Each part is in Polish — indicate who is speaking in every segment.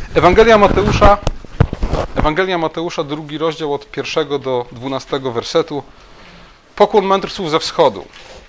Speaker 1: Ewangelia Mateusza, 2 rozdział od 1 do 12 wersetu. Pokłon mędrców ze wschodu.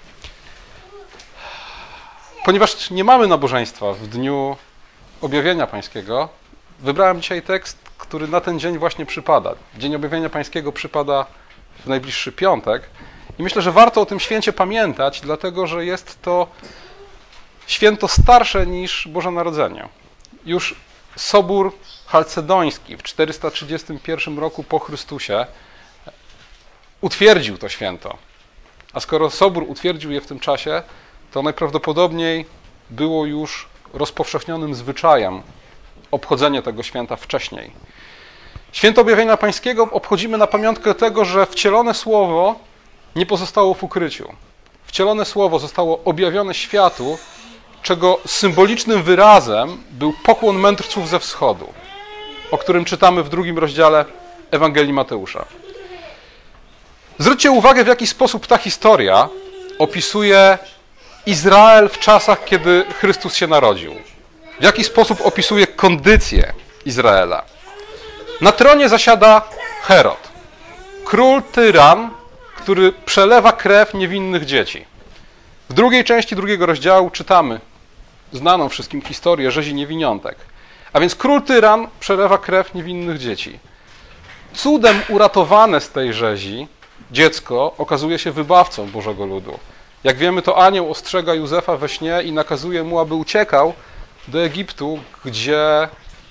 Speaker 1: Ponieważ nie mamy nabożeństwa w dniu objawienia pańskiego, wybrałem dzisiaj tekst, który na ten dzień właśnie przypada. Dzień objawienia pańskiego przypada w najbliższy piątek. I myślę, że warto o tym święcie pamiętać, dlatego że jest to święto starsze niż Boże Narodzenie. Już Sobór Chalcedoński w 431 roku po Chrystusie utwierdził to święto. A skoro Sobór utwierdził je w tym czasie, to najprawdopodobniej było już rozpowszechnionym zwyczajem obchodzenie tego święta wcześniej. Święto Objawienia Pańskiego obchodzimy na pamiątkę tego, że wcielone Słowo nie pozostało w ukryciu. Wcielone Słowo zostało objawione światu, czego symbolicznym wyrazem był pokłon mędrców ze wschodu, o którym czytamy w 2 rozdziale Ewangelii Mateusza. Zwróćcie uwagę, w jaki sposób ta historia opisuje Izrael w czasach, kiedy Chrystus się narodził. W jaki sposób opisuje kondycję Izraela. Na tronie zasiada Herod, król tyran, który przelewa krew niewinnych dzieci. W drugiej części 2 rozdziału czytamy znaną wszystkim historię rzezi niewiniątek. A więc król tyran przelewa krew niewinnych dzieci. Cudem uratowane z tej rzezi dziecko okazuje się wybawcą Bożego ludu. Jak wiemy, to anioł ostrzega Józefa we śnie i nakazuje mu, aby uciekał do Egiptu, gdzie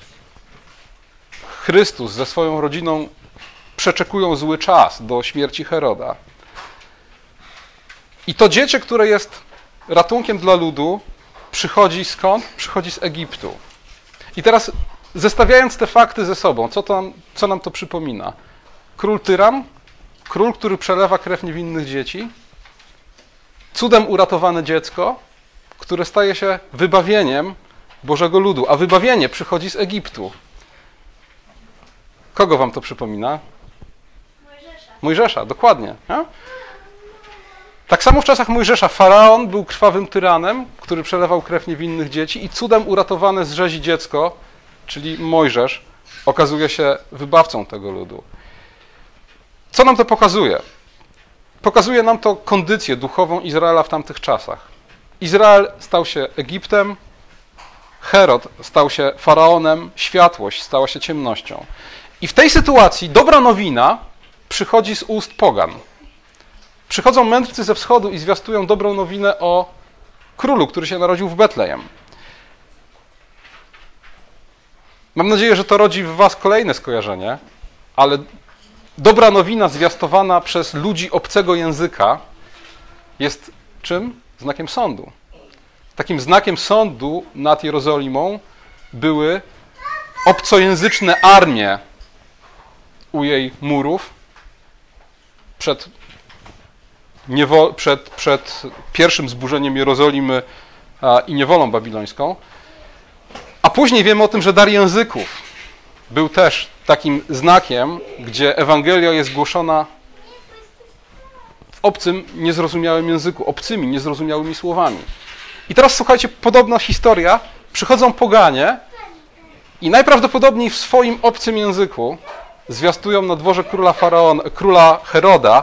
Speaker 1: Chrystus ze swoją rodziną przeczekują zły czas do śmierci Heroda. I to dziecię, które jest ratunkiem dla ludu, przychodzi skąd? Przychodzi z Egiptu. I teraz zestawiając te fakty ze sobą, co nam to przypomina? Król tyran, król, który przelewa krew niewinnych dzieci, cudem uratowane dziecko, które staje się wybawieniem Bożego ludu, a wybawienie przychodzi z Egiptu. Kogo wam to przypomina? Mojżesza, dokładnie. Nie? Tak samo w czasach Mojżesza faraon był krwawym tyranem, który przelewał krew niewinnych dzieci i cudem uratowane z rzezi dziecko, czyli Mojżesz, okazuje się wybawcą tego ludu. Co nam to pokazuje? Pokazuje nam to kondycję duchową Izraela w tamtych czasach. Izrael stał się Egiptem, Herod stał się faraonem, światłość stała się ciemnością. I w tej sytuacji dobra nowina przychodzi z ust pogan. Przychodzą mędrcy ze wschodu i zwiastują dobrą nowinę o królu, który się narodził w Betlejem. Mam nadzieję, że to rodzi w was kolejne skojarzenie, ale dobra nowina zwiastowana przez ludzi obcego języka jest czym? Znakiem sądu. Takim znakiem sądu nad Jerozolimą były obcojęzyczne armie u jej murów przed pierwszym zburzeniem Jerozolimy i niewolą babilońską. A później wiemy o tym, że dar języków był też takim znakiem, gdzie Ewangelia jest głoszona w obcym, niezrozumiałym języku, obcymi, niezrozumiałymi słowami. I teraz słuchajcie, podobna historia. Przychodzą poganie i najprawdopodobniej w swoim obcym języku zwiastują na dworze króla Heroda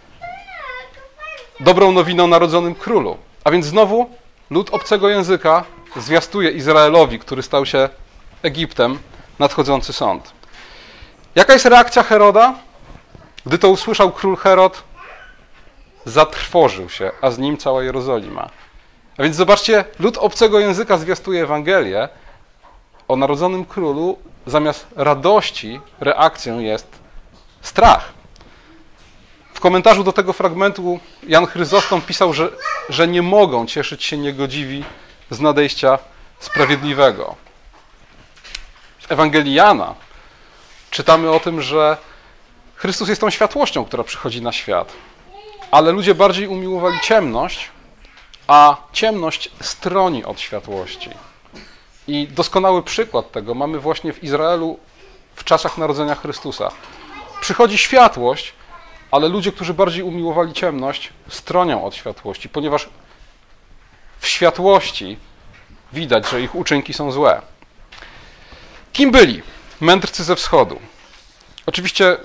Speaker 1: dobrą nowinę o narodzonym królu. A więc znowu lud obcego języka zwiastuje Izraelowi, który stał się Egiptem, nadchodzący sąd. Jaka jest reakcja Heroda? Gdy to usłyszał król Herod, zatrwożył się, a z nim cała Jerozolima. A więc zobaczcie, lud obcego języka zwiastuje Ewangelię o narodzonym królu, zamiast radości reakcją jest strach. W komentarzu do tego fragmentu Jan Chryzostom pisał, że nie mogą cieszyć się niegodziwi z nadejścia sprawiedliwego. W Ewangelii Jana czytamy o tym, że Chrystus jest tą światłością, która przychodzi na świat. Ale ludzie bardziej umiłowali ciemność, a ciemność stroni od światłości. I doskonały przykład tego mamy właśnie w Izraelu w czasach narodzenia Chrystusa. Przychodzi światłość, ale ludzie, którzy bardziej umiłowali ciemność, stronią od światłości, ponieważ w światłości widać, że ich uczynki są złe. Kim byli mędrcy ze wschodu? Oczywiście,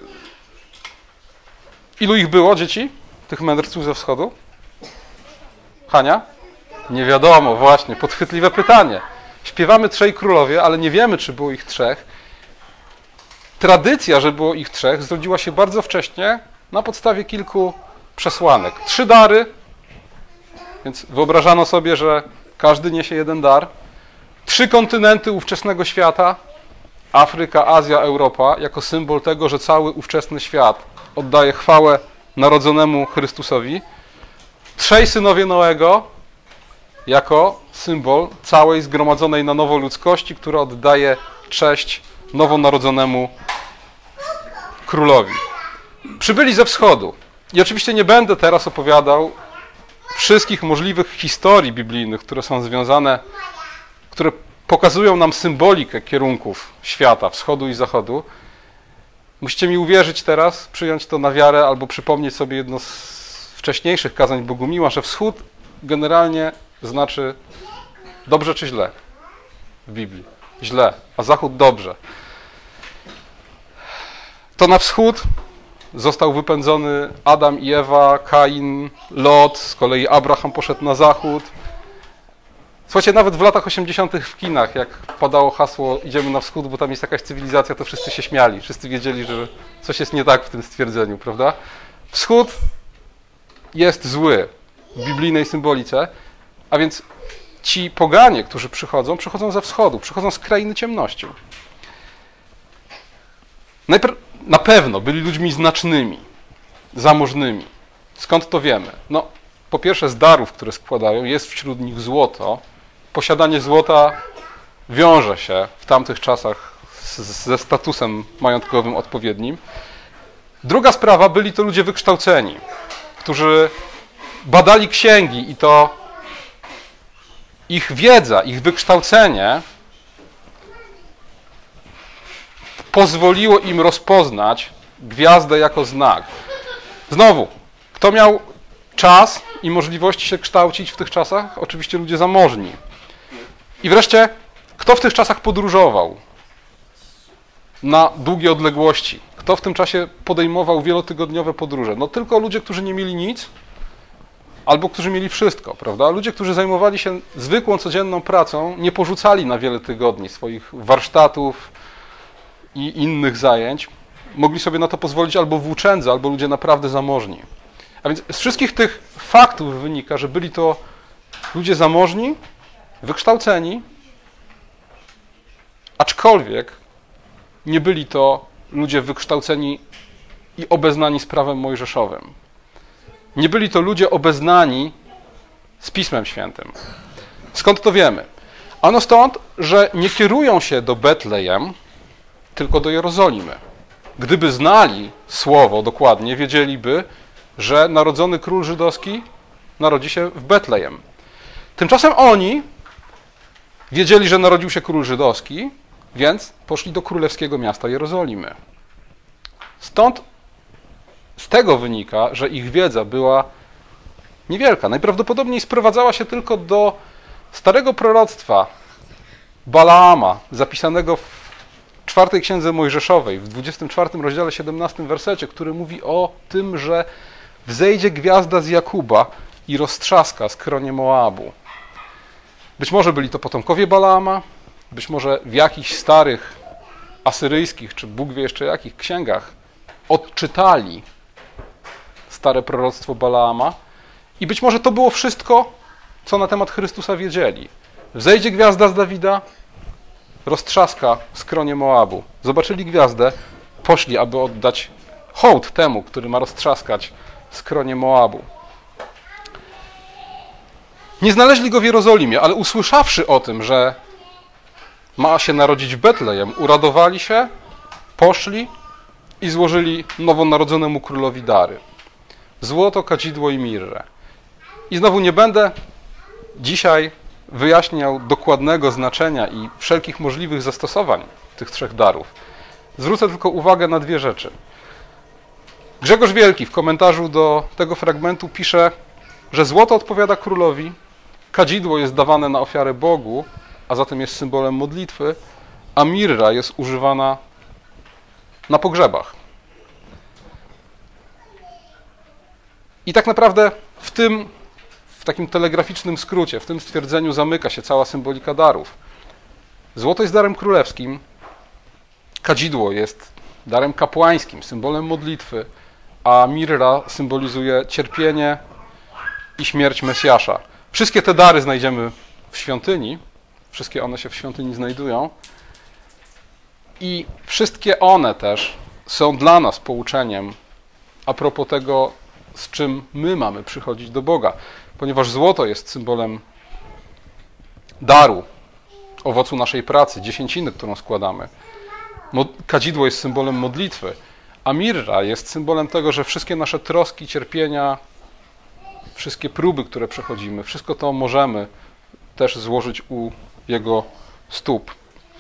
Speaker 1: ilu ich było, dzieci? Tych mędrców ze wschodu? Hania? Nie wiadomo, właśnie, podchwytliwe pytanie. Śpiewamy trzej królowie, ale nie wiemy, czy było ich trzech. Tradycja, że było ich trzech, zrodziła się bardzo wcześnie na podstawie kilku przesłanek. 3 dary, więc wyobrażano sobie, że każdy niesie jeden dar. 3 kontynenty ówczesnego świata, Afryka, Azja, Europa, jako symbol tego, że cały ówczesny świat oddaje chwałę narodzonemu Chrystusowi. 3 synowie Noego, jako symbol całej zgromadzonej na nowo ludzkości, która oddaje cześć nowonarodzonemu królowi. Przybyli ze wschodu. I oczywiście nie będę teraz opowiadał wszystkich możliwych historii biblijnych, które są związane, które pokazują nam symbolikę kierunków świata, wschodu i zachodu. Musicie mi uwierzyć teraz, przyjąć to na wiarę albo przypomnieć sobie jedno z wcześniejszych kazań Bogumiła, że wschód generalnie znaczy dobrze czy źle w Biblii. Źle, a zachód dobrze. To na wschód został wypędzony Adam i Ewa, Kain, Lot, z kolei Abraham poszedł na zachód. Słuchajcie, nawet w latach 80. w kinach, jak padało hasło idziemy na wschód, bo tam jest jakaś cywilizacja, to wszyscy się śmiali. Wszyscy wiedzieli, że coś jest nie tak w tym stwierdzeniu, prawda? Wschód jest zły w biblijnej symbolice, a więc ci poganie, którzy przychodzą ze wschodu, przychodzą z krainy ciemności. Na pewno byli ludźmi znacznymi, zamożnymi. Skąd to wiemy? No, po pierwsze z darów, które składają, jest wśród nich złoto. Posiadanie złota wiąże się w tamtych czasach ze statusem majątkowym odpowiednim. Druga sprawa, byli to ludzie wykształceni, którzy badali księgi i to ich wiedza, ich wykształcenie pozwoliło im rozpoznać gwiazdę jako znak. Znowu, kto miał czas i możliwości się kształcić w tych czasach? Oczywiście ludzie zamożni. I wreszcie, kto w tych czasach podróżował na długie odległości? Kto w tym czasie podejmował wielotygodniowe podróże? No tylko ludzie, którzy nie mieli nic, albo którzy mieli wszystko, prawda? Ludzie, którzy zajmowali się zwykłą, codzienną pracą, nie porzucali na wiele tygodni swoich warsztatów i innych zajęć. Mogli sobie na to pozwolić albo włóczędzy, albo ludzie naprawdę zamożni. A więc z wszystkich tych faktów wynika, że byli to ludzie zamożni, wykształceni, aczkolwiek nie byli to ludzie wykształceni i obeznani z prawem mojżeszowym. Nie byli to ludzie obeznani z Pismem Świętym. Skąd to wiemy? Ano stąd, że nie kierują się do Betlejem, tylko do Jerozolimy. Gdyby znali słowo dokładnie, wiedzieliby, że narodzony król żydowski narodzi się w Betlejem. Tymczasem oni wiedzieli, że narodził się król żydowski, więc poszli do królewskiego miasta Jerozolimy. Z tego wynika, że ich wiedza była niewielka. Najprawdopodobniej sprowadzała się tylko do starego proroctwa Balaama, zapisanego w 4 księdze Mojżeszowej, w 24 rozdziale 17 wersecie, który mówi o tym, że wzejdzie gwiazda z Jakuba i roztrzaska skronie Moabu. Być może byli to potomkowie Balaama, być może w jakichś starych asyryjskich, czy Bóg wie jeszcze jakich księgach odczytali stare proroctwo Balaama i być może to było wszystko, co na temat Chrystusa wiedzieli. Wzejdzie gwiazda z Dawida, roztrzaska skronie Moabu. Zobaczyli gwiazdę, poszli, aby oddać hołd temu, który ma roztrzaskać skronie Moabu. Nie znaleźli go w Jerozolimie, ale usłyszawszy o tym, że ma się narodzić w Betlejem, uradowali się, poszli i złożyli nowonarodzonemu królowi dary. Złoto, kadzidło i mirrę. I znowu nie będę dzisiaj wyjaśniał dokładnego znaczenia i wszelkich możliwych zastosowań tych 3 darów. Zwrócę tylko uwagę na 2 rzeczy. Grzegorz Wielki w komentarzu do tego fragmentu pisze, że złoto odpowiada królowi, kadzidło jest dawane na ofiarę Bogu, a zatem jest symbolem modlitwy, a mirra jest używana na pogrzebach. I tak naprawdę w takim telegraficznym skrócie, w tym stwierdzeniu zamyka się cała symbolika darów. Złoto jest darem królewskim, kadzidło jest darem kapłańskim, symbolem modlitwy, a mirra symbolizuje cierpienie i śmierć Mesjasza. Wszystkie te dary znajdziemy w świątyni, wszystkie one się w świątyni znajdują i wszystkie one też są dla nas pouczeniem a propos tego, z czym my mamy przychodzić do Boga. Ponieważ złoto jest symbolem daru, owocu naszej pracy, dziesięciny, którą składamy. Kadzidło jest symbolem modlitwy, a mirra jest symbolem tego, że wszystkie nasze troski, cierpienia, wszystkie próby, które przechodzimy, wszystko to możemy też złożyć u Jego stóp.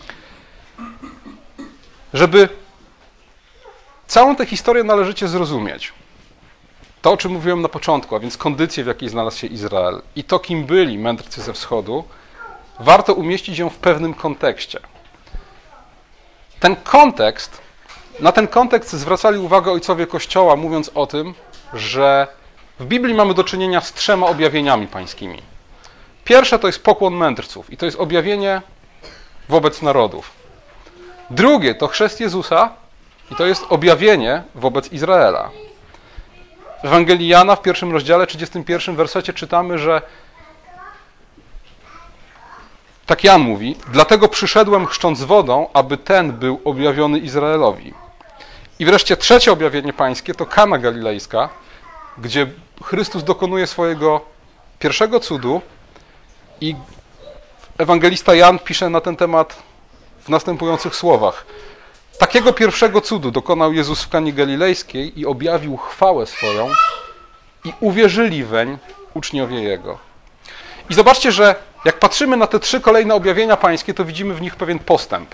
Speaker 1: Żeby całą tę historię należycie zrozumieć, to, o czym mówiłem na początku, a więc kondycję, w jakiej znalazł się Izrael i to, kim byli mędrcy ze wschodu, warto umieścić ją w pewnym kontekście. Na ten kontekst zwracali uwagę ojcowie Kościoła, mówiąc o tym, że w Biblii mamy do czynienia z 3 objawieniami pańskimi. Pierwsze to jest pokłon mędrców i to jest objawienie wobec narodów. Drugie to chrzest Jezusa i to jest objawienie wobec Izraela. W Ewangelii Jana w 1 rozdziale, 31 wersecie czytamy, że tak Jan mówi, dlatego przyszedłem chrzcząc wodą, aby ten był objawiony Izraelowi. I wreszcie trzecie objawienie pańskie to Kana Galilejska, gdzie Chrystus dokonuje swojego pierwszego cudu i ewangelista Jan pisze na ten temat w następujących słowach. Takiego pierwszego cudu dokonał Jezus w Kanie Galilejskiej i objawił chwałę swoją i uwierzyli weń uczniowie Jego. I zobaczcie, że jak patrzymy na te 3 kolejne objawienia pańskie, to widzimy w nich pewien postęp.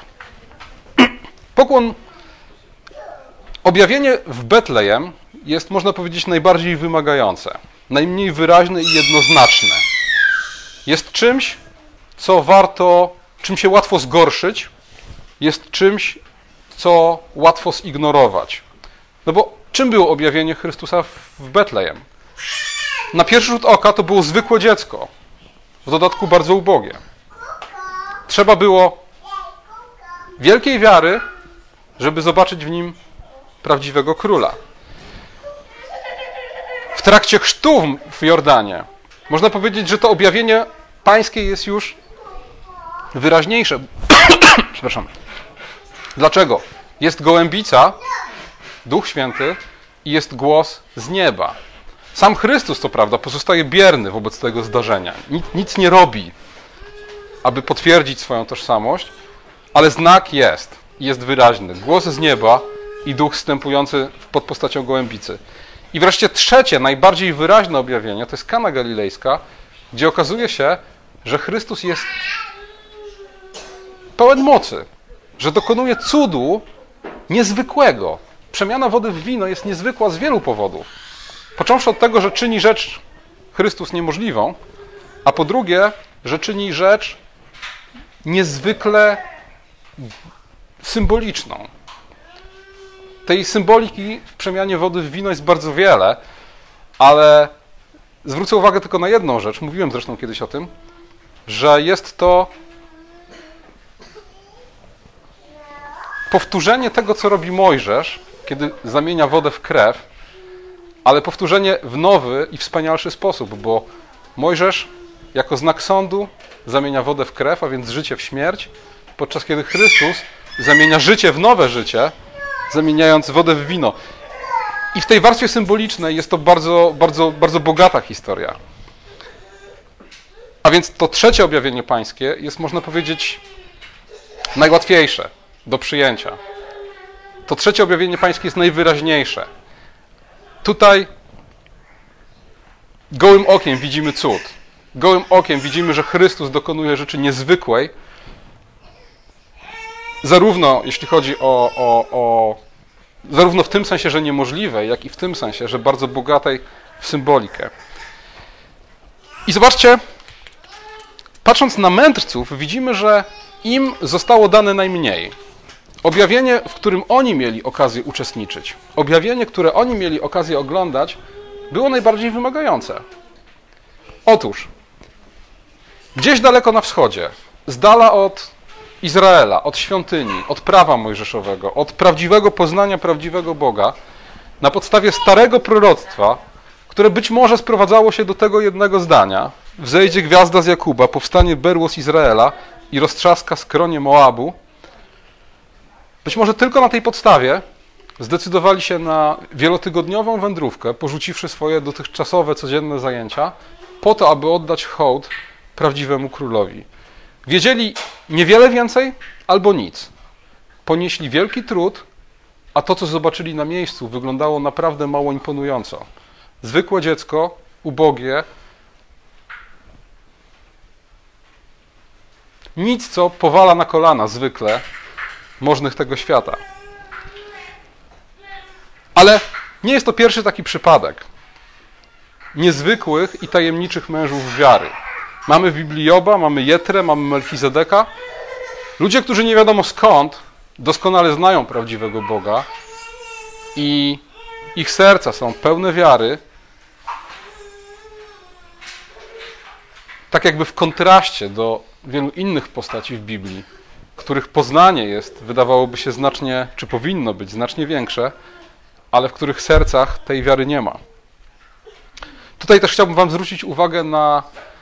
Speaker 1: Objawienie w Betlejem jest, można powiedzieć, najbardziej wymagające, najmniej wyraźne i jednoznaczne. Jest czymś, czym się łatwo zgorszyć, jest czymś, co łatwo zignorować. No bo czym było objawienie Chrystusa w Betlejem? Na pierwszy rzut oka to było zwykłe dziecko, w dodatku bardzo ubogie. Trzeba było wielkiej wiary, żeby zobaczyć w nim prawdziwego króla. W trakcie chrztu w Jordanie można powiedzieć, że to objawienie pańskie jest już wyraźniejsze. Przepraszam. Dlaczego? Jest gołębica, Duch Święty i jest głos z nieba. Sam Chrystus, co prawda, pozostaje bierny wobec tego zdarzenia. Nic nie robi, aby potwierdzić swoją tożsamość, ale znak jest wyraźny. Głos z nieba i Duch wstępujący pod postacią gołębicy. I wreszcie trzecie, najbardziej wyraźne objawienie, to jest Kana Galilejska, gdzie okazuje się, że Chrystus jest pełen mocy, że dokonuje cudu niezwykłego. Przemiana wody w wino jest niezwykła z wielu powodów. Począwszy od tego, że czyni rzecz Chrystus niemożliwą, a po drugie, że czyni rzecz niezwykle symboliczną. Tej symboliki w przemianie wody w wino jest bardzo wiele, ale zwrócę uwagę tylko na jedną rzecz. Mówiłem zresztą kiedyś o tym, że jest to powtórzenie tego, co robi Mojżesz, kiedy zamienia wodę w krew, ale powtórzenie w nowy i wspanialszy sposób, bo Mojżesz jako znak sądu zamienia wodę w krew, a więc życie w śmierć, podczas kiedy Chrystus zamienia życie w nowe życie, zamieniając wodę w wino. I w tej warstwie symbolicznej jest to bardzo, bardzo, bardzo bogata historia. A więc to trzecie objawienie pańskie jest, można powiedzieć, najłatwiejsze do przyjęcia. To trzecie objawienie pańskie jest najwyraźniejsze. Tutaj gołym okiem widzimy cud. Gołym okiem widzimy, że Chrystus dokonuje rzeczy niezwykłej, zarówno jeśli chodzi zarówno w tym sensie, że niemożliwej, jak i w tym sensie, że bardzo bogatej w symbolikę. I zobaczcie, patrząc na mędrców, widzimy, że im zostało dane najmniej. Objawienie, w którym oni mieli okazję uczestniczyć, objawienie, które oni mieli okazję oglądać, było najbardziej wymagające. Otóż, gdzieś daleko na wschodzie, z dala od Izraela, od świątyni, od prawa mojżeszowego, od prawdziwego poznania prawdziwego Boga, na podstawie starego proroctwa, które być może sprowadzało się do tego jednego zdania: wzejdzie gwiazda z Jakuba, powstanie berło z Izraela i roztrzaska skronie Moabu. Być może tylko na tej podstawie zdecydowali się na wielotygodniową wędrówkę, porzuciwszy swoje dotychczasowe, codzienne zajęcia, po to, aby oddać hołd prawdziwemu królowi. Wiedzieli niewiele więcej albo nic. Ponieśli wielki trud, a to, co zobaczyli na miejscu, wyglądało naprawdę mało imponująco. Zwykłe dziecko, ubogie, nic, co powala na kolana zwykle możnych tego świata. Ale nie jest to pierwszy taki przypadek niezwykłych i tajemniczych mężów wiary. Mamy w Biblii Joba, mamy Jetrę, mamy Melchizedeka. Ludzie, którzy nie wiadomo skąd doskonale znają prawdziwego Boga i ich serca są pełne wiary, tak jakby w kontraście do wielu innych postaci w Biblii, których poznanie jest, wydawałoby się znacznie, czy powinno być znacznie większe, ale w których sercach tej wiary nie ma. Tutaj też chciałbym wam zwrócić uwagę na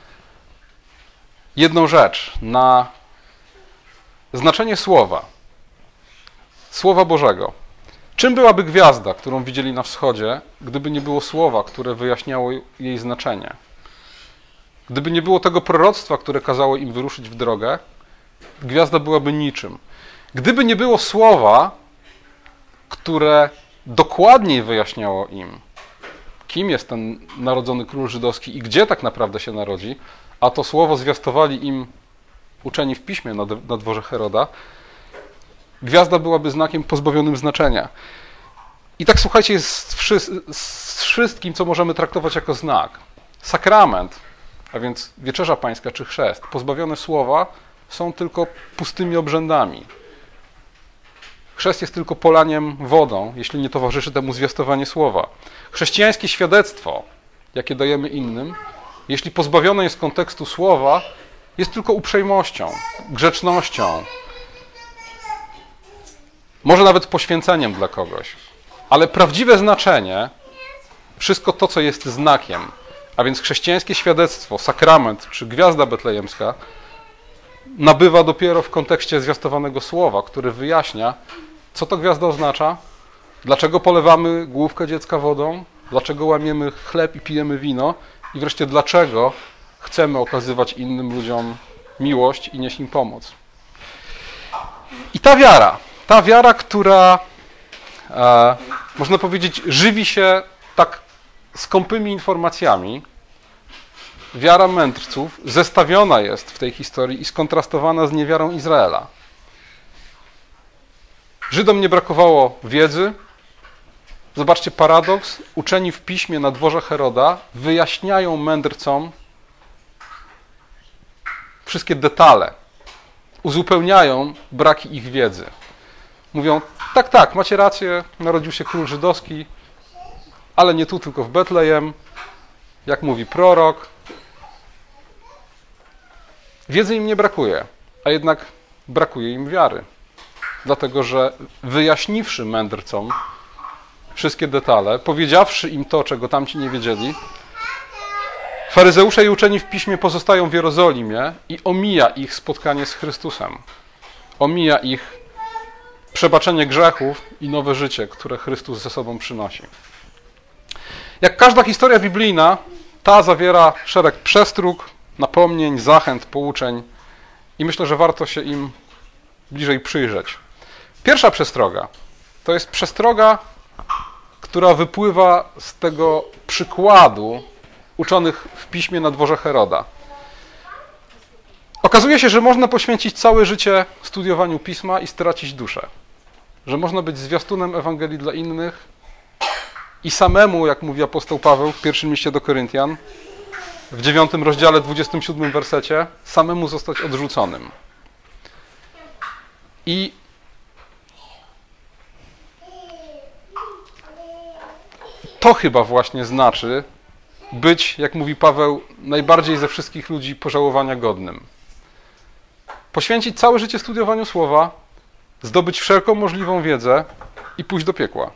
Speaker 1: jedną rzecz, na znaczenie słowa. Słowa Bożego. Czym byłaby gwiazda, którą widzieli na wschodzie, gdyby nie było słowa, które wyjaśniało jej znaczenie? Gdyby nie było tego proroctwa, które kazało im wyruszyć w drogę, gwiazda byłaby niczym. Gdyby nie było słowa, które dokładniej wyjaśniało im, kim jest ten narodzony król żydowski i gdzie tak naprawdę się narodzi, a to słowo zwiastowali im uczeni w piśmie na dworze Heroda, gwiazda byłaby znakiem pozbawionym znaczenia. I tak słuchajcie, jest z wszystkim, co możemy traktować jako znak. Sakrament, a więc wieczerza pańska czy chrzest, pozbawione słowa są tylko pustymi obrzędami. Chrzest jest tylko polaniem wodą, jeśli nie towarzyszy temu zwiastowanie słowa. Chrześcijańskie świadectwo, jakie dajemy innym, jeśli pozbawione jest kontekstu słowa, jest tylko uprzejmością, grzecznością, może nawet poświęceniem dla kogoś. Ale prawdziwe znaczenie, wszystko to, co jest znakiem, a więc chrześcijańskie świadectwo, sakrament czy gwiazda betlejemska, nabywa dopiero w kontekście zwiastowanego słowa, który wyjaśnia, co to gwiazda oznacza, dlaczego polewamy główkę dziecka wodą, dlaczego łamiemy chleb i pijemy wino i wreszcie dlaczego chcemy okazywać innym ludziom miłość i nieść im pomoc. I ta wiara, która można powiedzieć żywi się tak skąpymi informacjami, wiara mędrców zestawiona jest w tej historii i skontrastowana z niewiarą Izraela. Żydom nie brakowało wiedzy. Zobaczcie paradoks. Uczeni w piśmie na dworze Heroda wyjaśniają mędrcom wszystkie detale. Uzupełniają braki ich wiedzy. Mówią, tak, macie rację, narodził się król żydowski, ale nie tu, tylko w Betlejem, jak mówi prorok. Wiedzy im nie brakuje, a jednak brakuje im wiary. Dlatego, że wyjaśniwszy mędrcom wszystkie detale, powiedziawszy im to, czego tamci nie wiedzieli, faryzeusze i uczeni w piśmie pozostają w Jerozolimie i omija ich spotkanie z Chrystusem. Omija ich przebaczenie grzechów i nowe życie, które Chrystus ze sobą przynosi. Jak każda historia biblijna, ta zawiera szereg przestróg, napomnień, zachęt, pouczeń i myślę, że warto się im bliżej przyjrzeć. Pierwsza przestroga to jest przestroga, która wypływa z tego przykładu uczonych w piśmie na dworze Heroda. Okazuje się, że można poświęcić całe życie studiowaniu pisma i stracić duszę. Że można być zwiastunem Ewangelii dla innych i samemu, jak mówi apostoł Paweł w pierwszym liście do Koryntian, w 9 rozdziale, 27 wersecie, samemu zostać odrzuconym. I to chyba właśnie znaczy być, jak mówi Paweł, najbardziej ze wszystkich ludzi pożałowania godnym. Poświęcić całe życie studiowaniu Słowa, zdobyć wszelką możliwą wiedzę i pójść do piekła.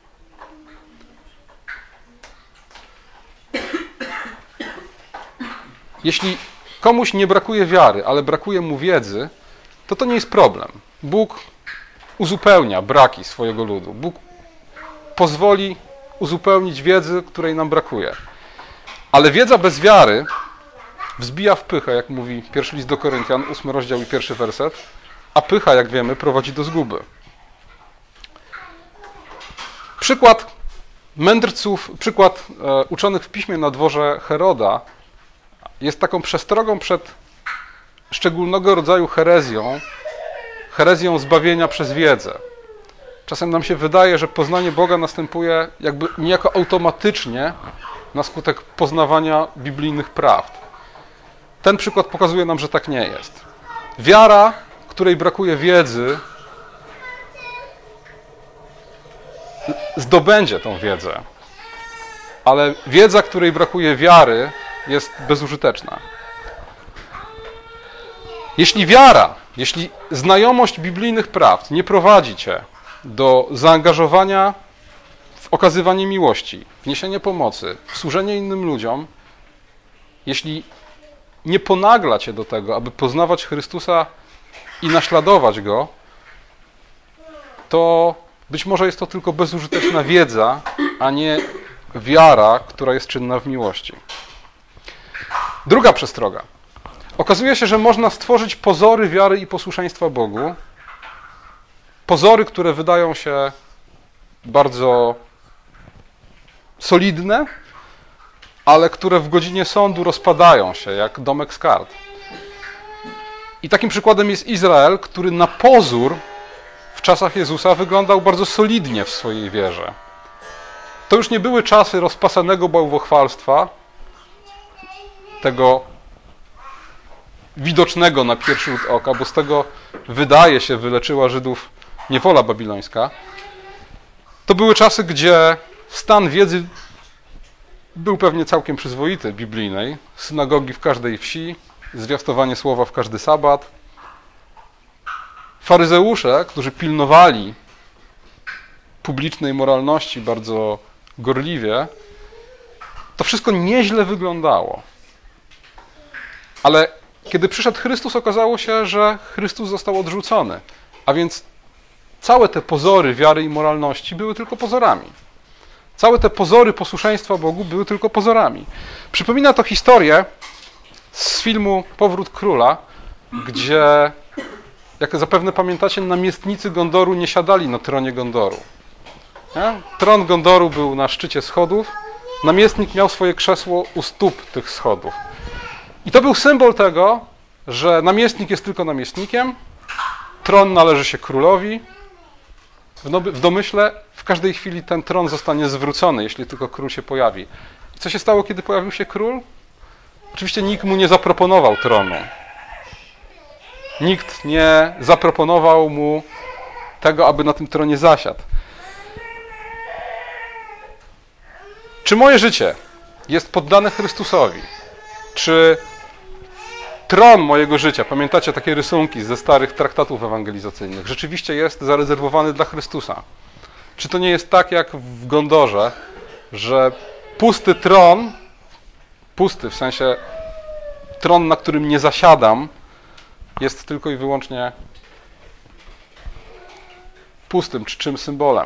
Speaker 1: Jeśli komuś nie brakuje wiary, ale brakuje mu wiedzy, to nie jest problem. Bóg uzupełnia braki swojego ludu. Bóg pozwoli uzupełnić wiedzy, której nam brakuje. Ale wiedza bez wiary wzbija w pychę, jak mówi pierwszy list do Koryntian, 8 rozdział i 1 werset, a pycha, jak wiemy, prowadzi do zguby. Przykład mędrców, przykład uczonych w piśmie na dworze Heroda jest taką przestrogą przed szczególnego rodzaju herezją zbawienia przez wiedzę. Czasem nam się wydaje, że poznanie Boga następuje jakby niejako automatycznie na skutek poznawania biblijnych prawd. Ten przykład pokazuje nam, że tak nie jest. Wiara, której brakuje wiedzy, zdobędzie tą wiedzę, ale wiedza, której brakuje wiary, jest bezużyteczna. Jeśli znajomość biblijnych prawd nie prowadzi cię do zaangażowania w okazywanie miłości, w niesienie pomocy, w służenie innym ludziom, jeśli nie ponagla cię do tego, aby poznawać Chrystusa i naśladować Go, to być może jest to tylko bezużyteczna wiedza, a nie wiara, która jest czynna w miłości. Druga przestroga. Okazuje się, że można stworzyć pozory wiary i posłuszeństwa Bogu. Pozory, które wydają się bardzo solidne, ale które w godzinie sądu rozpadają się, jak domek z kart. I takim przykładem jest Izrael, który na pozór w czasach Jezusa wyglądał bardzo solidnie w swojej wierze. To już nie były czasy rozpasanego bałwochwalstwa, tego widocznego na pierwszy rzut oka, bo z tego, wydaje się, wyleczyła Żydów niewola babilońska. To były czasy, gdzie stan wiedzy był pewnie całkiem przyzwoity, biblijnej. Synagogi w każdej wsi, zwiastowanie słowa w każdy sabat. Faryzeusze, którzy pilnowali publicznej moralności bardzo gorliwie, to wszystko nieźle wyglądało. Ale kiedy przyszedł Chrystus, okazało się, że Chrystus został odrzucony. A więc całe te pozory wiary i moralności były tylko pozorami. Całe te pozory posłuszeństwa Bogu były tylko pozorami. Przypomina to historię z filmu Powrót Króla, gdzie, jak zapewne pamiętacie, namiestnicy Gondoru nie siadali na tronie Gondoru. Nie? Tron Gondoru był na szczycie schodów, namiestnik miał swoje krzesło u stóp tych schodów. I to był symbol tego, że namiestnik jest tylko namiestnikiem, tron należy się królowi. W domyśle w każdej chwili ten tron zostanie zwrócony, jeśli tylko król się pojawi. I co się stało, kiedy pojawił się król? Oczywiście nikt mu nie zaproponował tronu. Nikt nie zaproponował mu tego, aby na tym tronie zasiadł. Czy moje życie jest poddane Chrystusowi? Czy tron mojego życia, pamiętacie takie rysunki ze starych traktatów ewangelizacyjnych, rzeczywiście jest zarezerwowany dla Chrystusa? Czy to nie jest tak jak w Gondorze, że pusty tron, pusty w sensie tron, na którym nie zasiadam, jest tylko i wyłącznie pustym czy czym symbolem?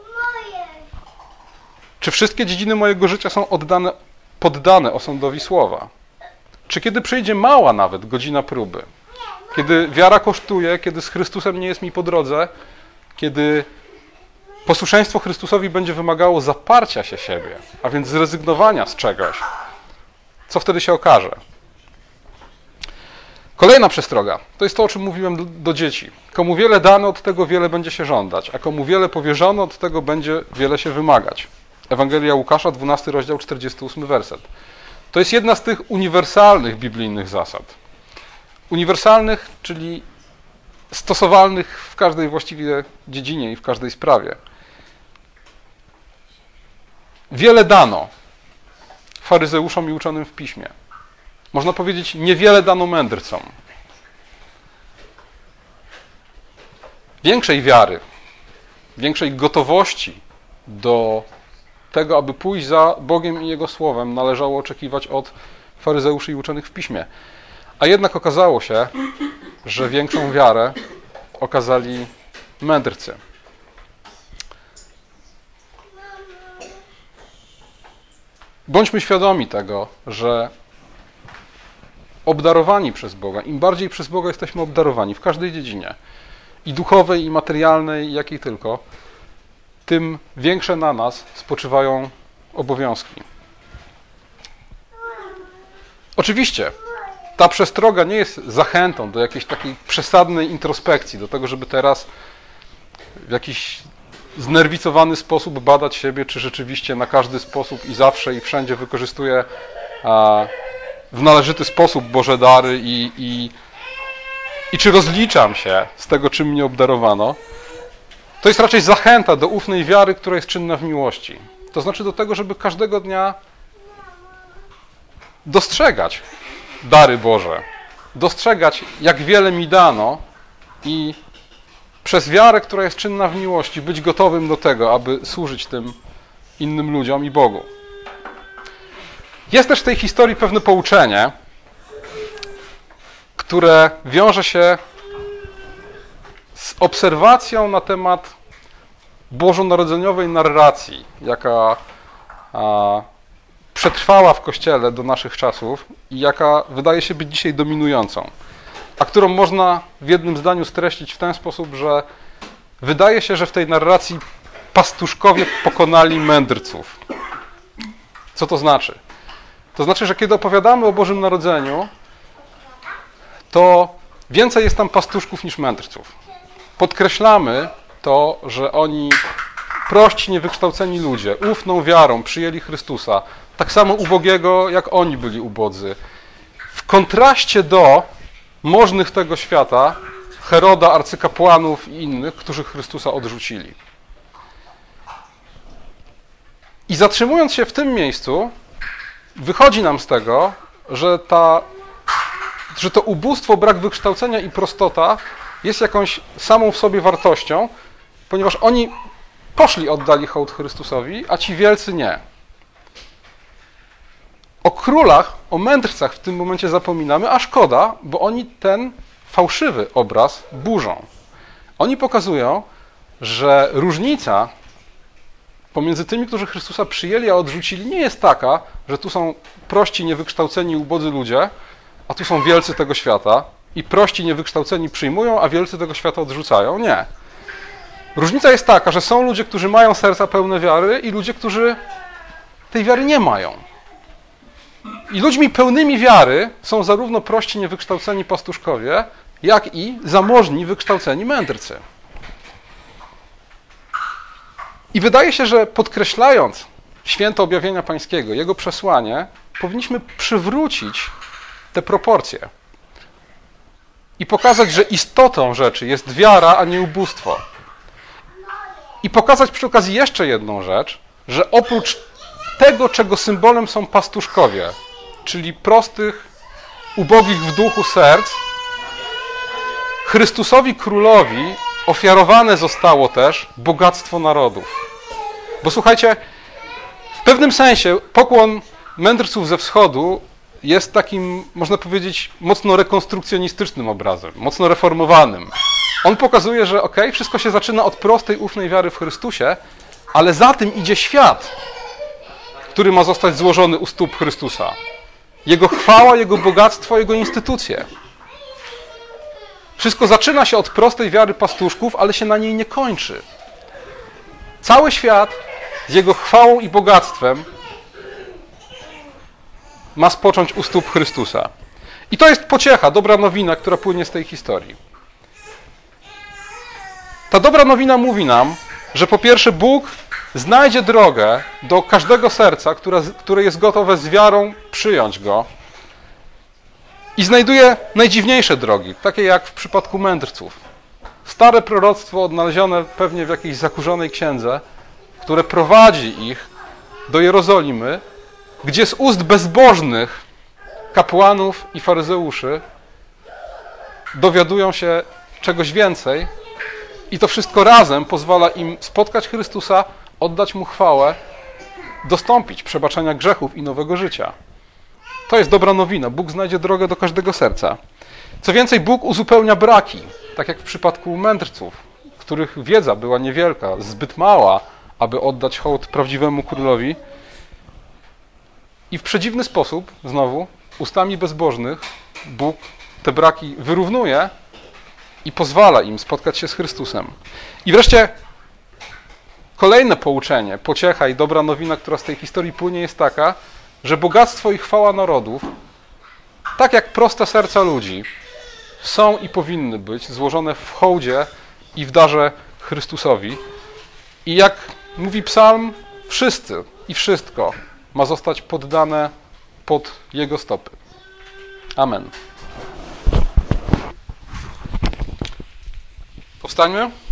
Speaker 1: Czy wszystkie dziedziny mojego życia są poddane osądowi słowa? Czy kiedy przyjdzie mała nawet godzina próby, kiedy wiara kosztuje, kiedy z Chrystusem nie jest mi po drodze, kiedy posłuszeństwo Chrystusowi będzie wymagało zaparcia się siebie, a więc zrezygnowania z czegoś, co wtedy się okaże? Kolejna przestroga, to jest to, o czym mówiłem do dzieci. Komu wiele dane, od tego wiele będzie się żądać, a komu wiele powierzono, od tego będzie wiele się wymagać. Ewangelia Łukasza, 12 rozdział, 48 werset. To jest jedna z tych uniwersalnych biblijnych zasad. Uniwersalnych, czyli stosowalnych w każdej właściwie dziedzinie i w każdej sprawie. Wiele dano faryzeuszom i uczonym w piśmie. Można powiedzieć, niewiele dano mędrcom. Większej wiary, większej gotowości do tego, aby pójść za Bogiem i Jego Słowem, należało oczekiwać od faryzeuszy i uczonych w piśmie. A jednak okazało się, że większą wiarę okazali mędrcy. Bądźmy świadomi tego, że obdarowani przez Boga, im bardziej przez Boga jesteśmy obdarowani w każdej dziedzinie, i duchowej, i materialnej, i jakiej tylko, tym większe na nas spoczywają obowiązki. Oczywiście, ta przestroga nie jest zachętą do jakiejś takiej przesadnej introspekcji, do tego, żeby teraz w jakiś znerwicowany sposób badać siebie, czy rzeczywiście na każdy sposób i zawsze i wszędzie wykorzystuję w należyty sposób Boże dary i czy rozliczam się z tego, czym mnie obdarowano. To jest raczej zachęta do ufnej wiary, która jest czynna w miłości. To znaczy do tego, żeby każdego dnia dostrzegać dary Boże, dostrzegać, jak wiele mi dano i przez wiarę, która jest czynna w miłości, być gotowym do tego, aby służyć tym innym ludziom i Bogu. Jest też w tej historii pewne pouczenie, które wiąże się z obserwacją na temat bożonarodzeniowej narracji, jaka przetrwała w Kościele do naszych czasów i jaka wydaje się być dzisiaj dominującą, a którą można w jednym zdaniu streścić w ten sposób, że wydaje się, że w tej narracji pastuszkowie pokonali mędrców. Co to znaczy? To znaczy, że kiedy opowiadamy o Bożym Narodzeniu, to więcej jest tam pastuszków niż mędrców. Podkreślamy to, że oni, prości, niewykształceni ludzie, ufną wiarą przyjęli Chrystusa, tak samo ubogiego, jak oni byli ubodzy. W kontraście do możnych tego świata, Heroda, arcykapłanów i innych, którzy Chrystusa odrzucili. I zatrzymując się w tym miejscu, wychodzi nam z tego, że to ubóstwo, brak wykształcenia i prostota jest jakąś samą w sobie wartością, ponieważ oni poszli, oddali hołd Chrystusowi, a ci wielcy nie. O królach, o mędrcach w tym momencie zapominamy, a szkoda, bo oni ten fałszywy obraz burzą. Oni pokazują, że różnica pomiędzy tymi, którzy Chrystusa przyjęli, a odrzucili, nie jest taka, że tu są prości, niewykształceni, ubodzy ludzie, a tu są wielcy tego świata i prości, niewykształceni przyjmują, a wielcy tego świata odrzucają. Nie. Różnica jest taka, że są ludzie, którzy mają serca pełne wiary i ludzie, którzy tej wiary nie mają. I ludźmi pełnymi wiary są zarówno prości, niewykształceni pastuszkowie, jak i zamożni, wykształceni mędrcy. I wydaje się, że podkreślając święto objawienia pańskiego, jego przesłanie, powinniśmy przywrócić te proporcje i pokazać, że istotą rzeczy jest wiara, a nie ubóstwo. I pokazać przy okazji jeszcze jedną rzecz, że oprócz tego, czego symbolem są pastuszkowie, czyli prostych, ubogich w duchu serc, Chrystusowi Królowi ofiarowane zostało też bogactwo narodów. Bo słuchajcie, w pewnym sensie pokłon mędrców ze wschodu jest takim, można powiedzieć, mocno rekonstrukcjonistycznym obrazem, mocno reformowanym. On pokazuje, że wszystko się zaczyna od prostej, ufnej wiary w Chrystusie, ale za tym idzie świat, który ma zostać złożony u stóp Chrystusa. Jego chwała, jego bogactwo, jego instytucje. Wszystko zaczyna się od prostej wiary pastuszków, ale się na niej nie kończy. Cały świat z jego chwałą i bogactwem ma spocząć u stóp Chrystusa. I to jest pociecha, dobra nowina, która płynie z tej historii. Ta dobra nowina mówi nam, że po pierwsze Bóg znajdzie drogę do każdego serca, które jest gotowe z wiarą przyjąć Go i znajduje najdziwniejsze drogi, takie jak w przypadku mędrców. stare proroctwo odnalezione pewnie w jakiejś zakurzonej księdze, które prowadzi ich do Jerozolimy, gdzie z ust bezbożnych kapłanów i faryzeuszy dowiadują się czegoś więcej i to wszystko razem pozwala im spotkać Chrystusa, oddać Mu chwałę, dostąpić przebaczenia grzechów i nowego życia. To jest dobra nowina. Bóg znajdzie drogę do każdego serca. Co więcej, Bóg uzupełnia braki, tak jak w przypadku mędrców, których wiedza była niewielka, zbyt mała, aby oddać hołd prawdziwemu królowi. I w przedziwny sposób, znowu, ustami bezbożnych Bóg te braki wyrównuje i pozwala im spotkać się z Chrystusem. I wreszcie kolejne pouczenie, pociecha i dobra nowina, która z tej historii płynie, jest taka, że bogactwo i chwała narodów, tak jak proste serca ludzi, są i powinny być złożone w hołdzie i w darze Chrystusowi. I jak mówi psalm, wszyscy i wszystko ma zostać poddane pod Jego stopy. Amen. Powstańmy.